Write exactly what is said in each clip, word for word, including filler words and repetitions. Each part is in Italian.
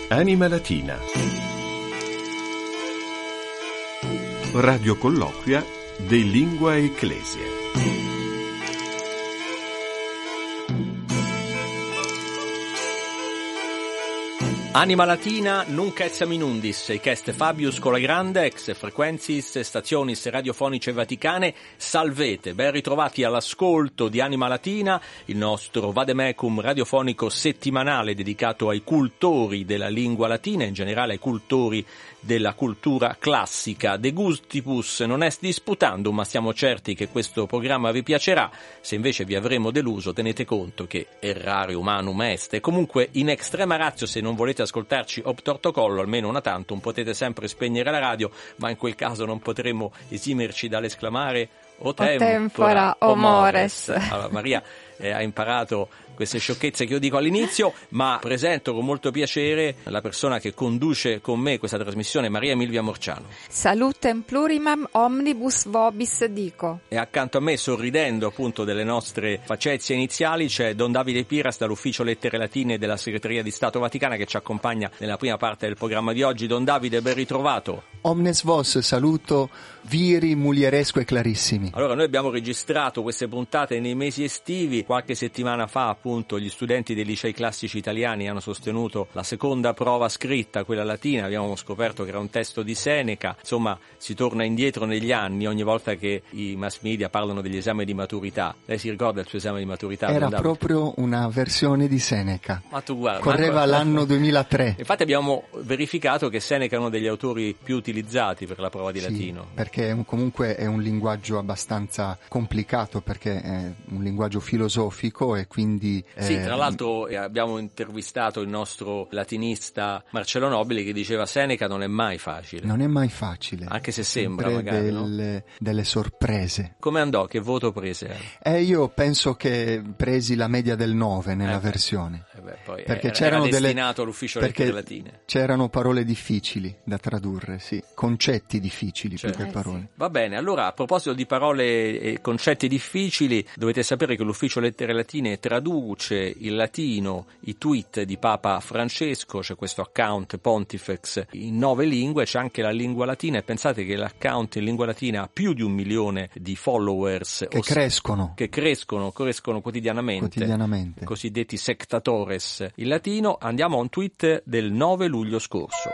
Anima Latina. Radio colloquia de Lingua Ecclesia. Anima Latina, nunc etiam inundis, hic est Fabius Colagrande, ex frequentis stationis radiofonice Vaticane, salvete, ben ritrovati all'ascolto di Anima Latina, il nostro vademecum radiofonico settimanale dedicato ai cultori della lingua latina, in generale ai cultori della cultura classica. De gustibus non est disputandum, ma siamo certi che questo programma vi piacerà. Se invece vi avremo deluso, tenete conto che errare humanum est, e comunque in extrema ratio, se non volete ascoltarci obtorto collo, almeno una tantum, potete sempre spegnere la radio, ma in quel caso non potremo esimerci dall'esclamare o tempora, o, tempora, o mores. mores. Allora, Maria eh, ha imparato queste sciocchezze che io dico all'inizio, ma presento con molto piacere la persona che conduce con me questa trasmissione, Maria Milvia Morciano. Salutem plurimam omnibus vobis dico. E accanto a me, sorridendo appunto delle nostre facezie iniziali, c'è Don Davide Piras dall'Ufficio Lettere Latine della Segreteria di Stato Vaticana, che ci accompagna nella prima parte del programma di oggi. Don Davide, ben ritrovato. Omnes vos, saluto viri, mulieresque clarissimi. Allora, noi abbiamo registrato queste puntate nei mesi estivi. Qualche settimana fa appunto gli studenti dei licei classici italiani hanno sostenuto la seconda prova scritta, quella latina. Abbiamo scoperto che era un testo di Seneca. Insomma, si torna indietro negli anni ogni volta che i mass media parlano degli esami di maturità. Lei si ricorda il suo esame di maturità? Era proprio una versione di Seneca. Ma tu guarda, correva ma... l'anno duemilatré. Infatti abbiamo verificato che Seneca è uno degli autori più utilizzati per la prova di sì, latino. Perché è un, comunque è un linguaggio abbastanza complicato, perché è un linguaggio filosofico e quindi eh... sì, tra l'altro abbiamo intervistato il nostro latinista Marcello Nobili, che diceva Seneca non è mai facile. Non è mai facile. Anche se sembra magari, delle, no? delle sorprese. Come andò? Che voto prese? Eh, io penso che presi la media del nove nella eh versione. Eh beh, poi perché era, c'erano era destinato delle, all'ufficio lettere latine. C'erano parole difficili da tradurre, sì, concetti difficili, cioè, più che parole. Eh sì. Va bene, allora a proposito di parole e concetti difficili, dovete sapere che l'ufficio lettere latine traduce il latino, i tweet di Papa Francesco, c'è questo account Pontifex in nove lingue, c'è anche la lingua latina, e pensate che l'account in lingua latina ha più di un milione di followers che os- crescono che crescono, crescono quotidianamente, quotidianamente, cosiddetti sectatores in latino. Andiamo a un tweet del nove luglio scorso.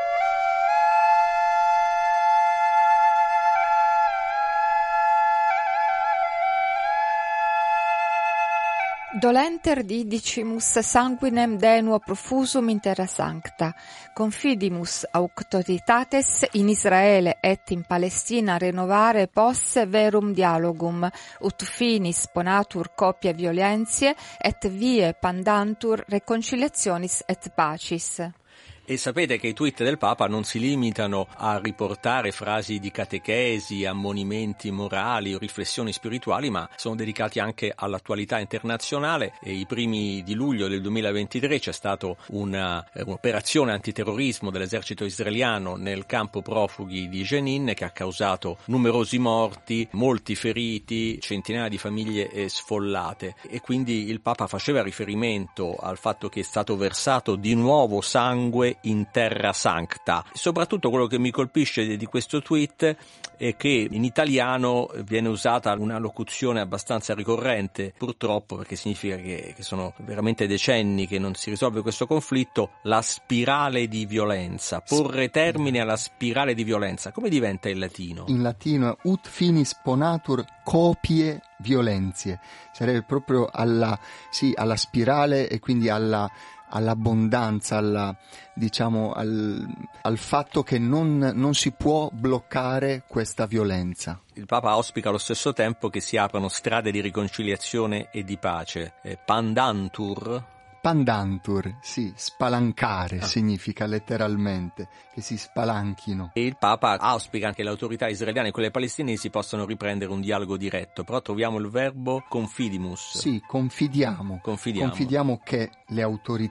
Dolenter didicimus sanguinem denuo profusum in terra sancta, confidimus auctoritates in Israele et in Palestina renovare posse verum dialogum, ut finis ponatur copia violentiae et vie pandantur reconciliationis et pacis. E sapete che i tweet del Papa non si limitano a riportare frasi di catechesi, ammonimenti morali o riflessioni spirituali, ma sono dedicati anche all'attualità internazionale. E i primi di luglio del duemilaventitré c'è stata una, un'operazione antiterrorismo dell'esercito israeliano nel campo profughi di Jenin, che ha causato numerosi morti, molti feriti, centinaia di famiglie sfollate. E quindi il Papa faceva riferimento al fatto che è stato versato di nuovo sangue in terra sancta. Soprattutto quello che mi colpisce di questo tweet è che in italiano viene usata una locuzione abbastanza ricorrente, purtroppo, perché significa che, che sono veramente decenni che non si risolve questo conflitto, la spirale di violenza, porre termine alla spirale di violenza. Come diventa in latino? In latino ut finis ponatur copie violentiae, sarebbe proprio alla, sì, alla spirale e quindi alla all'abbondanza, alla, diciamo al, al fatto che non, non si può bloccare questa violenza. Il Papa auspica allo stesso tempo che si aprano strade di riconciliazione e di pace. Eh, pandantur. Pandantur, sì, spalancare ah. significa letteralmente, che si spalanchino. E il Papa auspica che le autorità israeliane e quelle palestinesi possano riprendere un dialogo diretto, però troviamo il verbo confidimus. Sì, confidiamo. Confidiamo. Confidiamo che le autorità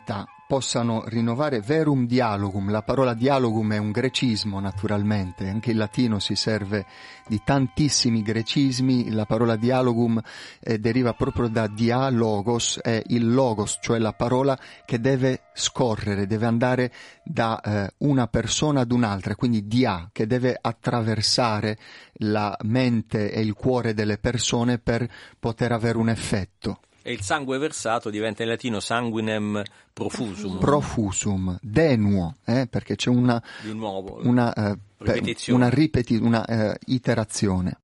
possano rinnovare verum dialogum. La parola dialogum è un grecismo, naturalmente, anche il latino si serve di tantissimi grecismi. La parola dialogum eh, deriva proprio da dialogos, è il logos, cioè la parola che deve scorrere, deve andare da eh, una persona ad un'altra, quindi dia, che deve attraversare la mente e il cuore delle persone per poter avere un effetto. E il sangue versato diventa in latino sanguinem profusum. Profusum, denuo, eh, perché c'è una, di nuovo, una, eh, ripetizione. una, ripeti- una eh, iterazione.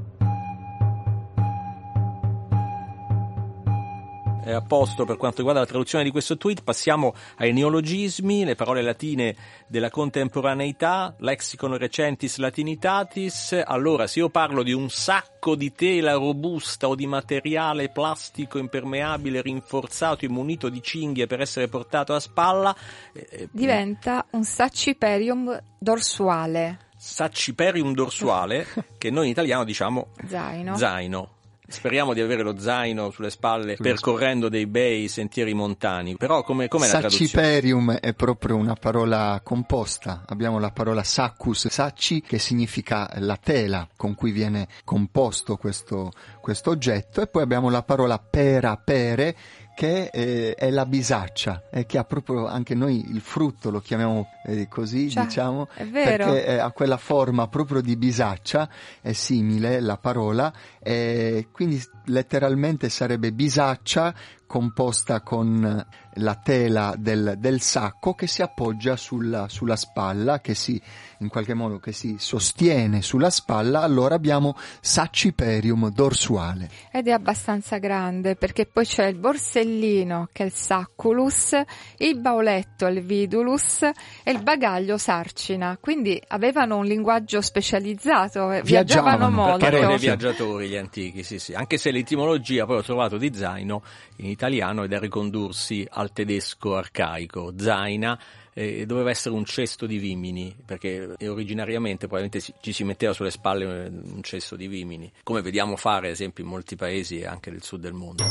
È a posto per quanto riguarda la traduzione di questo tweet. Passiamo ai neologismi, le parole latine della contemporaneità, lexicon recentis latinitatis. Allora, se io parlo di un sacco di tela robusta o di materiale plastico impermeabile rinforzato, immunito di cinghie per essere portato a spalla, eh, diventa un sacciperium dorsuale. Sacciperium dorsuale, che noi in italiano diciamo zaino. zaino. Speriamo di avere lo zaino sulle spalle percorrendo dei bei sentieri montani. Però come com'è la traduzione? Sacciperium è proprio una parola composta. Abbiamo la parola saccus, sacci, che significa la tela con cui viene composto questo, questo oggetto, e poi abbiamo la parola pera, pere, che eh, è la bisaccia, e che ha proprio anche noi il frutto lo chiamiamo eh, così, cioè, diciamo, è vero. perché eh, ha quella forma proprio di bisaccia, è simile la parola, e quindi letteralmente sarebbe bisaccia composta con la tela del, del sacco che si appoggia sulla, sulla spalla, che si in qualche modo che si sostiene sulla spalla. Allora abbiamo sacciperium dorsuale. Ed è abbastanza grande, perché poi c'è il borsellino che è il sacculus, il bauletto il vidulus e il bagaglio sarcina, quindi avevano un linguaggio specializzato, viaggiavano, Viaggiavano, molto. Erano dei viaggiatori gli antichi, sì sì, anche se l'etimologia poi ho trovato di zaino in italiano ed è ricondursi al tedesco arcaico, zaina, eh, doveva essere un cesto di vimini, perché originariamente probabilmente si, ci si metteva sulle spalle un cesto di vimini, come vediamo fare ad esempio in molti paesi anche del sud del mondo.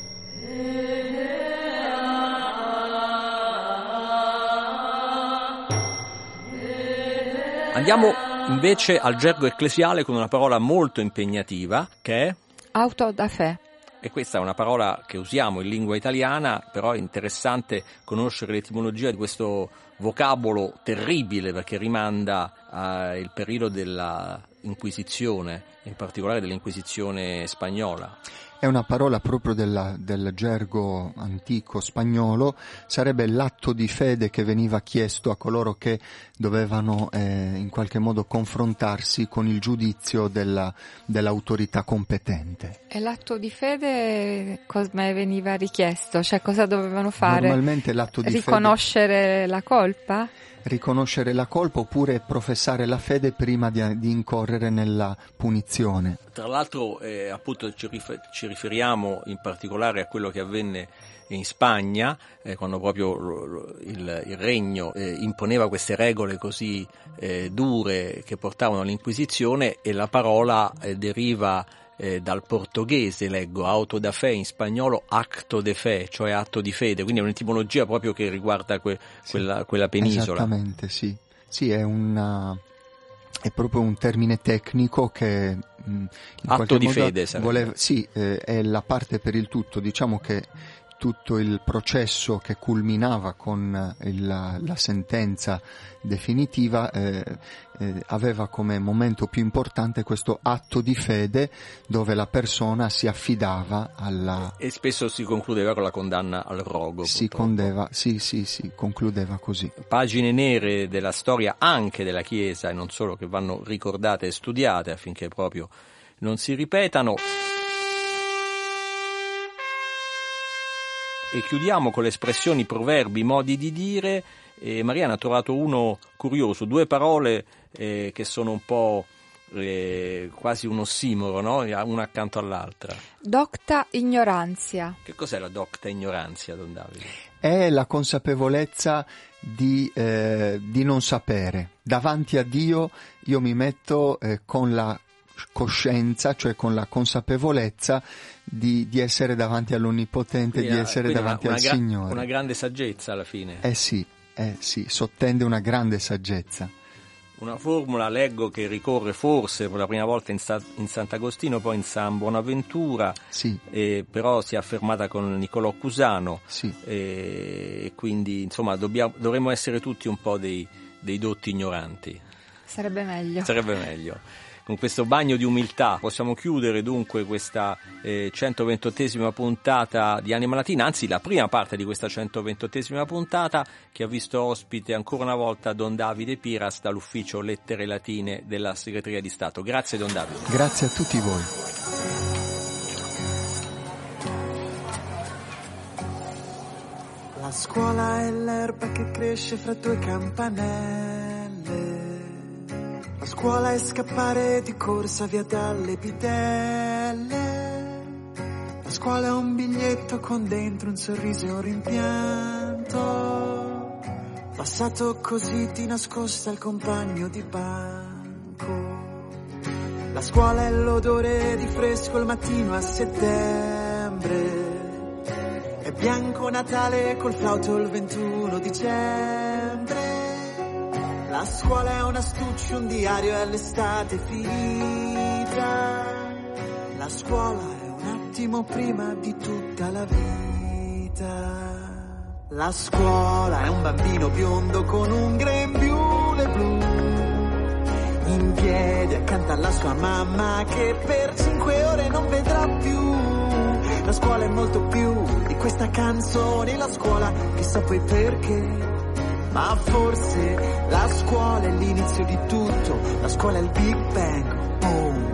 Andiamo invece al gergo ecclesiale con una parola molto impegnativa che è auto da fe. E questa è una parola che usiamo in lingua italiana, però è interessante conoscere l'etimologia di questo vocabolo terribile, perché rimanda al periodo della Inquisizione, in particolare dell'Inquisizione spagnola. È una parola proprio della, del gergo antico spagnolo, sarebbe l'atto di fede che veniva chiesto a coloro che dovevano eh, in qualche modo confrontarsi con il giudizio della, dell'autorità competente. E l'atto di fede come veniva richiesto? Cioè cosa dovevano fare? Normalmente l'atto di riconoscere fede... la colpa? riconoscere la colpa oppure professare la fede prima di, di incorrere nella punizione. Tra l'altro eh, appunto ci, rifer- ci riferiamo in particolare a quello che avvenne in Spagna, eh, quando proprio lo, lo, il, il regno eh, imponeva queste regole così eh, dure che portavano all'Inquisizione, e la parola eh, deriva Eh, dal portoghese, leggo, auto da fe, in spagnolo acto de fe, cioè atto di fede, quindi è un'etimologia proprio che riguarda que, sì, quella, quella penisola. Esattamente, sì. Sì, è una è proprio un termine tecnico che mh, in atto di modo fede voleva, sì, eh, è la parte per il tutto, diciamo che tutto il processo che culminava con il, la, la sentenza definitiva eh, eh, aveva come momento più importante questo atto di fede dove la persona si affidava alla... E spesso si concludeva con la condanna al rogo. Si condeva, sì, sì, sì, concludeva così. Pagine nere della storia anche della Chiesa e non solo, che vanno ricordate e studiate affinché proprio non si ripetano. E chiudiamo con le espressioni, proverbi, modi di dire. E Mariana ha trovato uno curioso, due parole eh, che sono un po' eh, quasi un ossimoro, no? Una accanto all'altra. Docta ignoranzia. Che cos'è la docta ignoranzia, Don Davide? È la consapevolezza di, eh, di non sapere. Davanti a Dio io mi metto eh, con la coscienza, cioè con la consapevolezza di, di essere davanti all'Onnipotente, quindi, di essere davanti una, al una gra- Signore. Una grande saggezza alla fine. Eh sì, eh sì, sottende una grande saggezza. Una formula, leggo, che ricorre forse per la prima volta in, Sa- in Sant'Agostino, poi in San Bonaventura, sì. eh, però si è affermata con Niccolò Cusano, sì. e eh, quindi insomma dobbiamo, dovremmo essere tutti un po' dei, dei dotti ignoranti. Sarebbe meglio. Sarebbe meglio. Con questo bagno di umiltà possiamo chiudere dunque questa eh, centoventottesima puntata di Anima Latina, anzi la prima parte di questa centoventottesima puntata, che ha visto ospite ancora una volta Don Davide Piras dall'ufficio Lettere Latine della Segreteria di Stato. Grazie Don Davide. Grazie a tutti voi. La scuola è l'erba che cresce fra due campanelle. La scuola è scappare di corsa via dalle bidelle. La scuola è un biglietto con dentro un sorriso e un rimpianto, passato così di nascosta al compagno di banco. La scuola è l'odore di fresco il mattino a settembre. È bianco Natale col flauto il ventuno dicembre. La scuola è un astuccio, un diario e l'estate finita. La scuola è un attimo prima di tutta la vita. La scuola è un bambino biondo con un grembiule blu, in piedi accanto alla sua mamma che per cinque ore non vedrà più. La scuola è molto più di questa canzone, la scuola chissà poi perché. Ma forse la scuola è l'inizio di tutto, la scuola è il Big Bang, boom.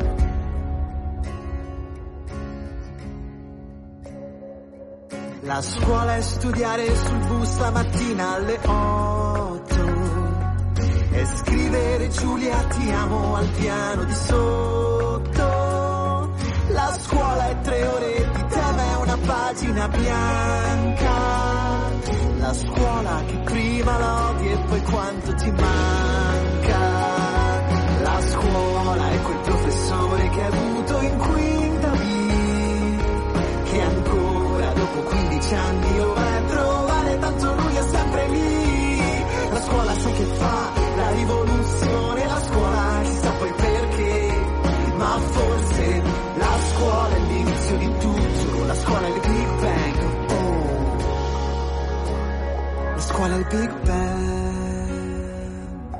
La scuola è studiare sul bus la mattina alle otto e scrivere Giulia ti amo al piano di sotto. La scuola è tre ore di tema e una pagina bianca. La scuola che prima la odi e poi quanto ti manca. La scuola è quel professore che hai avuto in quinta B, che ancora dopo quindici anni lo vai a trovare, tanto lui è sempre lì. La scuola sai che fa la rivoluzione, la scuola chissà poi perché. Ma forse la scuola è l'inizio di tutto, la scuola è il Big Bang. La scuola è il Big Bang.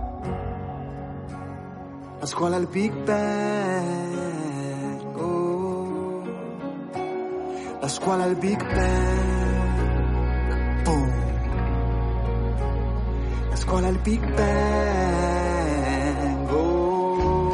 La scuola è il Big Bang. Oh. La scuola è il Big Bang. Boom. La scuola è il Big Bang. Oh.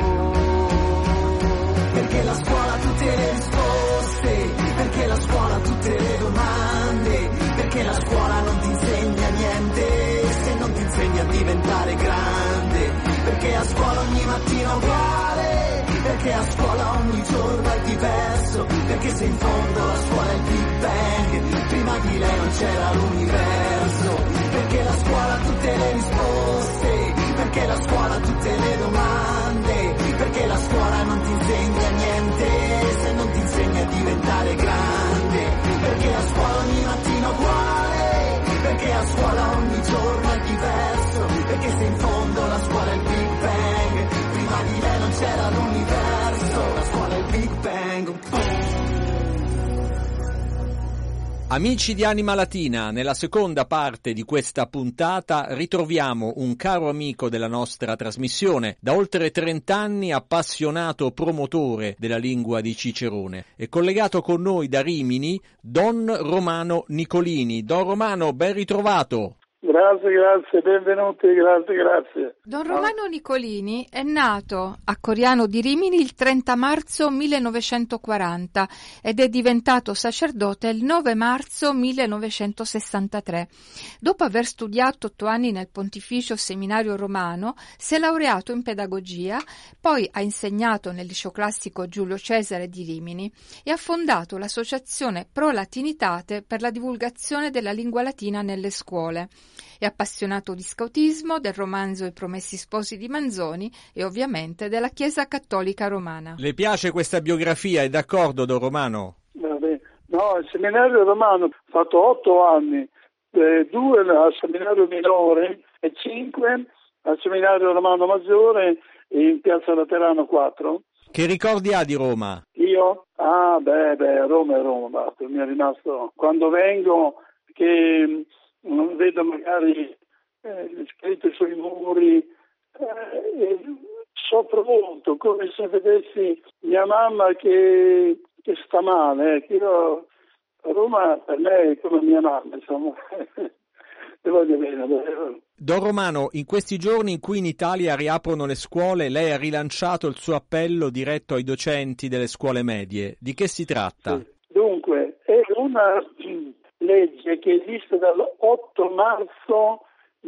Perché la scuola ha tutte le risposte, perché la scuola ha tutte le domande, perché la scuola non ti insegna niente se non ti insegna a diventare grande, perché a scuola ogni mattina è uguale, perché a scuola ogni giorno è diverso, perché se in fondo la scuola è il Big Bang, prima di lei non c'era l'universo, perché la scuola ha tutte le risposte, perché la scuola ha tutte le domande, perché la scuola non ti insegna niente se non ti insegna a diventare grande, perché a scuola ogni mattina è uguale, perché a scuola ogni giorno è diverso, perché se in fondo la scuola è il Big Bang, prima di lei non c'era l'universo, la scuola è il Big Bang. Amici di Anima Latina, nella seconda parte di questa puntata ritroviamo un caro amico della nostra trasmissione, da oltre trent'anni appassionato promotore della lingua di Cicerone. È collegato con noi da Rimini Don Romano Nicolini. Don Romano, ben ritrovato. Grazie, grazie, benvenuti, grazie, grazie. Don Romano Nicolini è nato a Coriano di Rimini il trenta marzo millenovecentoquaranta ed è diventato sacerdote il nove marzo millenovecentosessantatré. Dopo aver studiato otto anni nel Pontificio Seminario Romano, si è laureato in pedagogia, poi ha insegnato nel liceo classico Giulio Cesare di Rimini e ha fondato l'associazione Pro Latinitate per la divulgazione della lingua latina nelle scuole. È appassionato di scautismo, del romanzo I Promessi Sposi di Manzoni e ovviamente della Chiesa Cattolica Romana. Le piace questa biografia? È d'accordo, Don Romano? Vabbè. No, il seminario romano ho fatto otto anni, eh, due al seminario minore e cinque al seminario romano maggiore e in Piazza Laterano quattro. Che ricordi ha di Roma? Io? Ah, beh, beh, Roma è Roma, basta, mi è rimasto. Quando vengo che mh, vedo magari eh, scritto sui muri, eh, soffro molto, come se vedessi mia mamma che, che sta male. Eh, che io, Roma per me è come mia mamma, insomma. Le voglio bene, davvero. Don Romano, in questi giorni in cui in Italia riaprono le scuole, lei ha rilanciato il suo appello diretto ai docenti delle scuole medie. Di che si tratta? Sì. Dunque, è una legge che esiste dall'otto marzo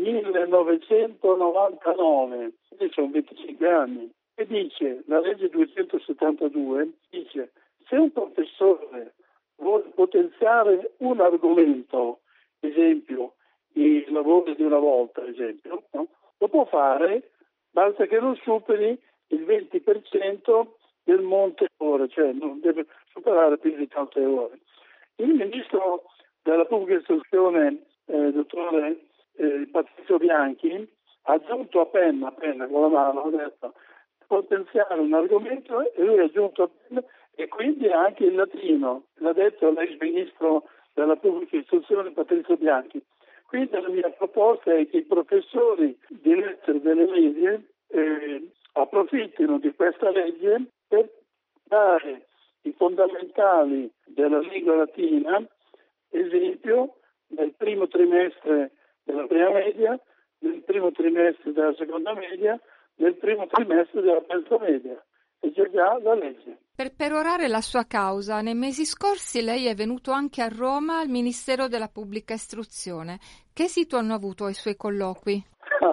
millenovecentonovantanove, quindi sono venticinque anni, e dice, la legge duecentosettantadue, dice, se un professore vuole potenziare un argomento, esempio, i lavori di una volta, ad esempio, no? Lo può fare, basta che non superi il venti per cento del monte ore, cioè non deve superare più di tante ore. Il ministro della pubblica istruzione, eh, dottore eh, Patrizio Bianchi, ha aggiunto a penna, a penna con la mano, ha detto potenziare un argomento e lui ha aggiunto a penna e quindi anche il latino, l'ha detto l'ex ministro della pubblica istruzione Patrizio Bianchi. Quindi la mia proposta è che i professori di lettere delle medie eh, approfittino di questa legge per dare i fondamentali della lingua latina, esempio, nel primo trimestre della prima media, nel primo trimestre della seconda media, nel primo trimestre della terza media. E c'è già la legge. Per perorare la sua causa, nei mesi scorsi lei è venuto anche a Roma al Ministero della Pubblica Istruzione. Che esito hanno avuto i suoi colloqui?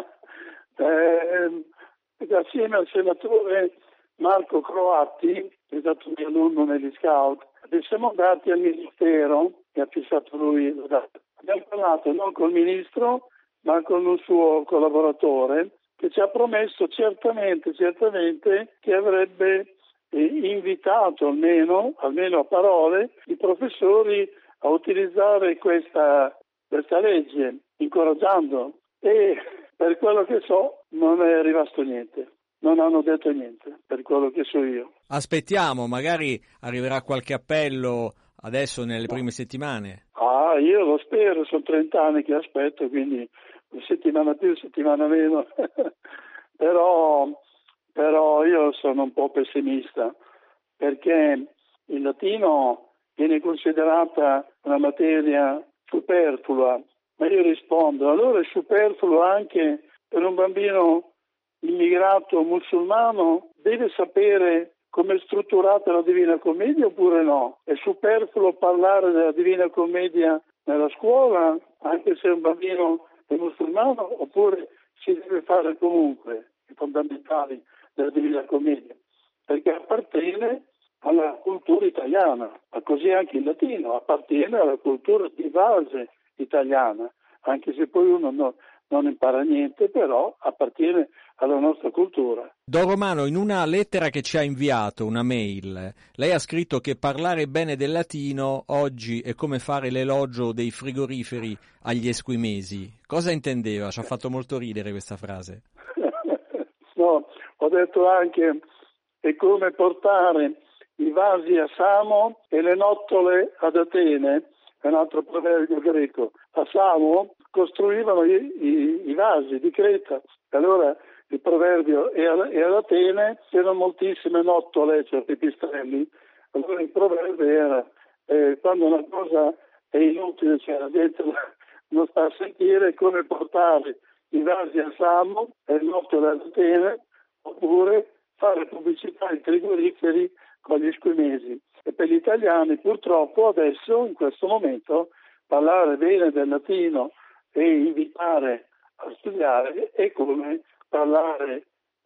eh, assieme al senatore Marco Croatti, che è stato mio alunno negli scout, siamo andati al Ministero, che ha fissato lui la data. Abbiamo parlato non col Ministro, ma con un suo collaboratore, che ci ha promesso certamente, certamente che avrebbe eh, invitato almeno, almeno a parole, i professori a utilizzare questa, questa legge, incoraggiando. E per quello che so non è rimasto niente, non hanno detto niente, per quello che so io. Aspettiamo, magari arriverà qualche appello adesso nelle prime settimane. Ah, io lo spero, sono trent'anni che aspetto, quindi una settimana più, settimana meno, però, però io sono un po' pessimista, perché il latino viene considerata una materia superflua, ma io rispondo, allora è superfluo anche per un bambino immigrato musulmano, deve sapere come è strutturata la Divina Commedia oppure no? È superfluo parlare della Divina Commedia nella scuola, anche se è un bambino è musulmano, oppure si deve fare comunque i fondamentali della Divina Commedia, perché appartiene alla cultura italiana, ma così anche il latino appartiene alla cultura di base italiana, anche se poi uno no, non impara niente, però appartiene alla nostra cultura. Don Romano, in una lettera che ci ha inviato, una mail, lei ha scritto che parlare bene del latino oggi è come fare l'elogio dei frigoriferi agli esquimesi. Cosa intendeva? Ci ha fatto molto ridere questa frase. No, ho detto anche è come portare i vasi a Samo e le nottole ad Atene, è un altro proverbio greco. A Samo costruivano i, i, i vasi di Creta, allora il proverbio e ad Atene c'erano moltissime nottole, cioè pipistrelli, allora il proverbio era eh, quando una cosa è inutile, cioè la gente non sta a sentire, come portare i vasi a Samo e le nottole ad Atene, oppure fare pubblicità ai frigoriferi con gli esquimesi. E per gli italiani purtroppo adesso, in questo momento, parlare bene del latino e invitare a studiare è come parlare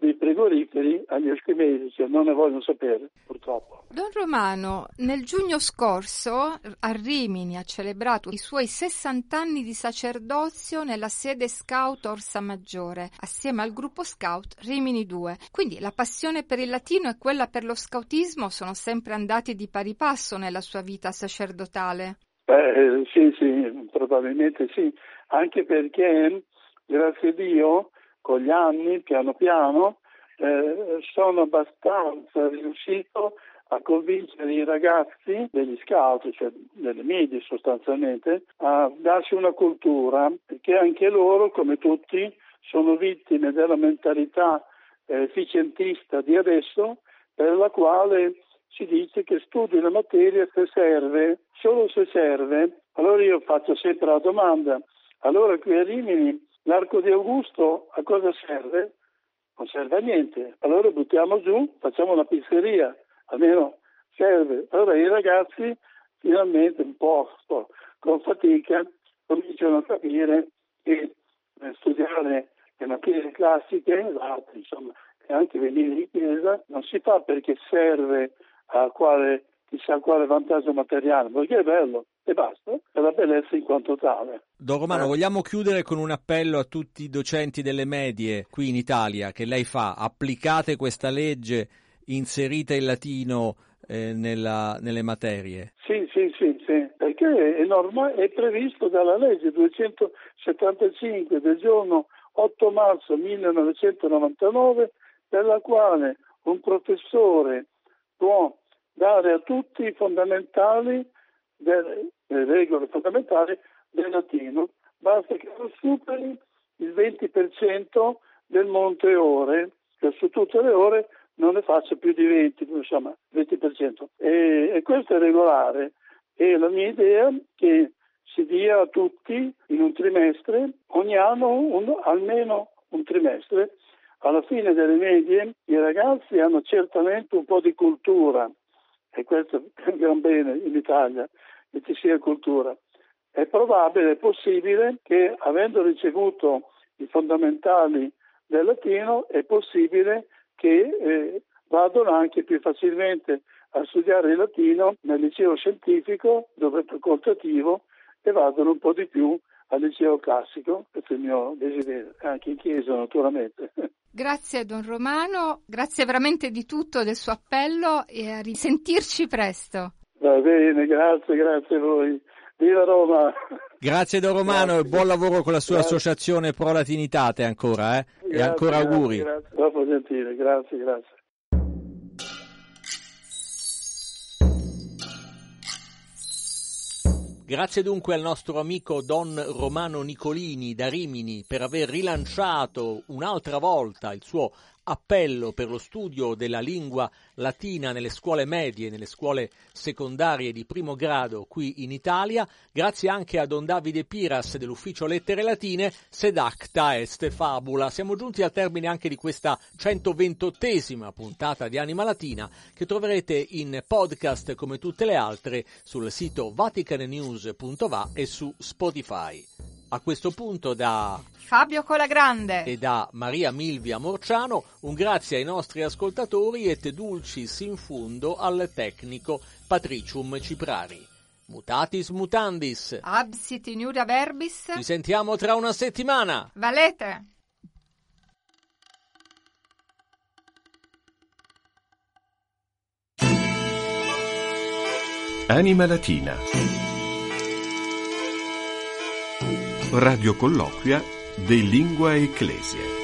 dei frigoriferi agli eschimesi, cioè non ne vogliono sapere, purtroppo. Don Romano, nel giugno scorso a Rimini ha celebrato i suoi sessanta anni di sacerdozio nella sede Scout Orsa Maggiore, assieme al gruppo Scout Rimini due. Quindi la passione per il latino e quella per lo scautismo sono sempre andati di pari passo nella sua vita sacerdotale? Eh, sì, sì, probabilmente sì, anche perché, grazie a Dio, con gli anni, piano piano, eh, sono abbastanza riuscito a convincere i ragazzi degli scout, cioè delle medie sostanzialmente, a darsi una cultura, perché anche loro, come tutti, sono vittime della mentalità eh, efficientista di adesso, per la quale si dice che studi la materia se serve, solo se serve. Allora io faccio sempre la domanda, allora qui a Rimini l'arco di Augusto a cosa serve? Non serve a niente, allora buttiamo giù, facciamo una pizzeria, almeno serve. Allora i ragazzi finalmente un po', un po' con fatica cominciano a capire che eh, studiare le materie classiche, l'arte, insomma, e anche venire in chiesa non si fa perché serve a quale chissà quale vantaggio materiale, perché è bello e basta, è la bellezza in quanto tale. Don Romano, eh. vogliamo chiudere con un appello a tutti i docenti delle medie qui in Italia che lei fa: applicate questa legge, inserite il latino eh, nella, nelle materie. Sì, sì, sì, sì, perché è, norma- è previsto dalla legge duecentosettantacinque del giorno otto marzo millenovecentonovantanove, per la quale un professore può dare a tutti i fondamentali, delle, le regole fondamentali del latino, basta che non superi il venti per cento del monte ore, che su tutte le ore non ne faccia più di venti, insomma venti per cento. E, e questo è regolare, e la mia idea è che si dia a tutti in un trimestre, ogni anno un, almeno un trimestre. Alla fine delle medie i ragazzi hanno certamente un po' di cultura, e questo è un gran bene in Italia, che ci sia cultura. È probabile, è possibile che, avendo ricevuto i fondamentali del latino, è possibile che eh, vadano anche più facilmente a studiare il latino nel liceo scientifico, dove è facoltativo, e vadano un po' di più al liceo classico, questo è il mio desiderio, anche in chiesa naturalmente. Grazie Don Romano, grazie veramente di tutto del suo appello e a risentirci presto. Va bene, grazie, grazie a voi. Viva Roma! Grazie Don Romano, grazie. E buon lavoro con la sua Grazie. associazione Pro Latinitate ancora, eh? Grazie, e ancora auguri. Grazie, grazie. Troppo gentile, grazie, grazie. Grazie dunque al nostro amico Don Romano Nicolini da Rimini per aver rilanciato un'altra volta il suo appello per lo studio della lingua latina nelle scuole medie, nelle scuole secondarie di primo grado qui in Italia. Grazie anche a Don Davide Piras dell'Ufficio Lettere Latine, sed acta est fabula. Siamo giunti al termine anche di questa centoventottesima puntata di Anima Latina, che troverete in podcast come tutte le altre sul sito vaticanenews punto va e su Spotify. A questo punto da Fabio Colagrande e da Maria Milvia Morciano un grazie ai nostri ascoltatori et dulcis in fundo al tecnico Patricium Ciprari. Mutatis mutandis. Absit in iura verbis. Ci sentiamo tra una settimana. Valete. Anima Latina. Radio colloquia de Lingua Ecclesia.